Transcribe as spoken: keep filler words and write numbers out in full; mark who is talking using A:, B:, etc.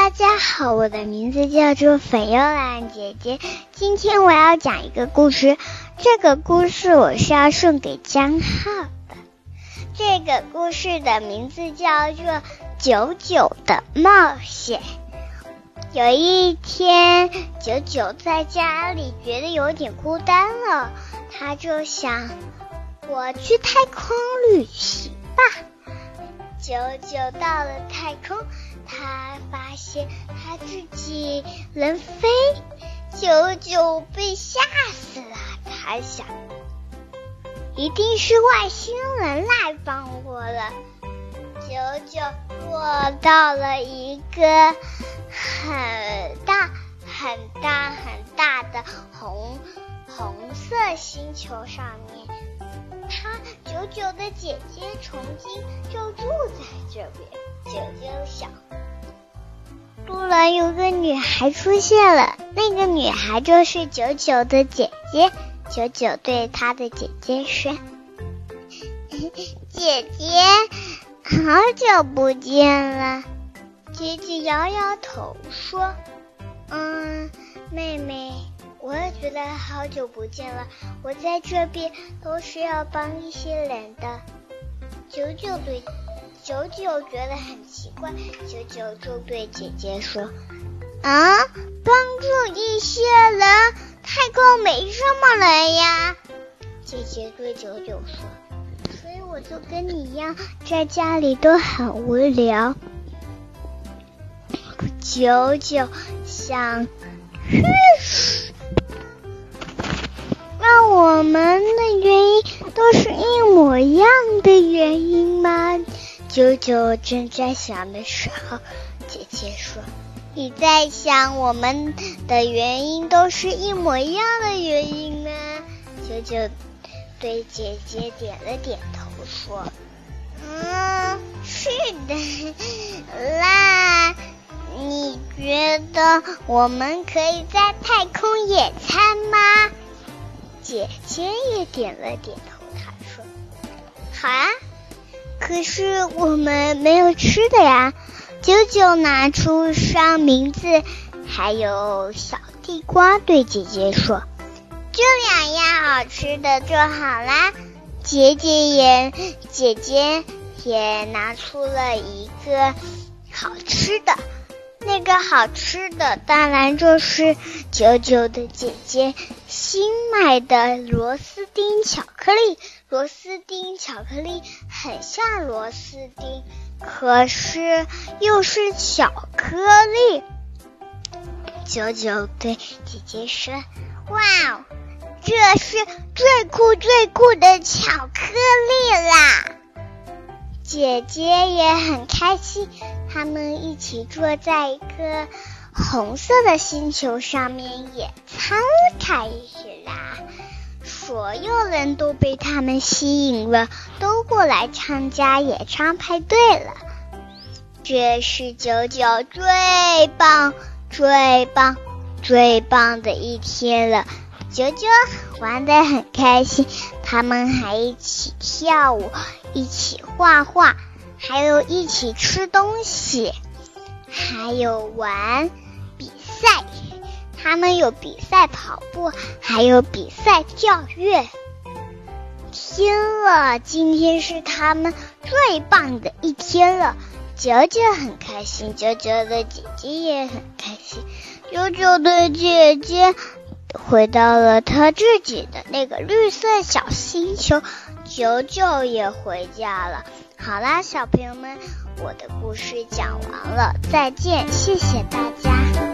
A: 大家好，我的名字叫做粉幽兰姐姐。今天我要讲一个故事，这个故事我是要送给江浩的。这个故事的名字叫做九九的冒险。有一天，九九在家里觉得有点孤单了，他就想，我去太空旅行吧。九九到了太空，他发现他自己能飞，九九被吓死了。他想，一定是外星人来帮我了。九九落到了一个很大很大很大的红红色星球上面。他九九的姐姐从今就住在这边。九九想，突然有个女孩出现了，那个女孩就是九九的姐姐。九九对她的姐姐说，姐姐好久不见了。姐姐摇摇头说，嗯，妹妹我也觉得好久不见了，我在这边都是要帮一些人的。九九对九九觉得很奇怪，九九就对姐姐说，啊，帮助一些人，太空没什么人呀。姐姐对九九说，所以我就跟你一样，在家里都很无聊。九九想，那我们的原因都是一模一样的原因吗？九九正在想的时候，姐姐说，你在想我们的原因都是一模一样的原因吗？九九对姐姐点了点头说，嗯，是的。那你觉得我们可以在太空野餐吗？姐姐也点了点头，她说，好啊，可是我们没有吃的呀。九九拿出上名字还有小地瓜，对姐姐说，这两样好吃的就好啦。姐姐也姐姐也拿出了一个好吃的，那个好吃的当然就是九九的姐姐新买的螺丝钉巧克力。螺丝钉巧克力很像螺丝钉，可是又是巧克力。九九对姐姐说，哇，这是最酷最酷的巧克力啦。姐姐也很开心，他们一起坐在一个红色的星球上面野餐开始啦。所有人都被他们吸引了，都过来参加野餐派对了。这是九九最棒最棒最棒的一天了。九九玩得很开心，他们还一起跳舞，一起画画，还有一起吃东西，还有玩比赛。他们有比赛跑步，还有比赛跳跃。天了，今天是他们最棒的一天了。九九很开心，九九的姐姐也很开心。九九的姐姐回到了她自己的那个绿色小星球，九九也回家了。好啦，小朋友们，我的故事讲完了，再见，谢谢大家。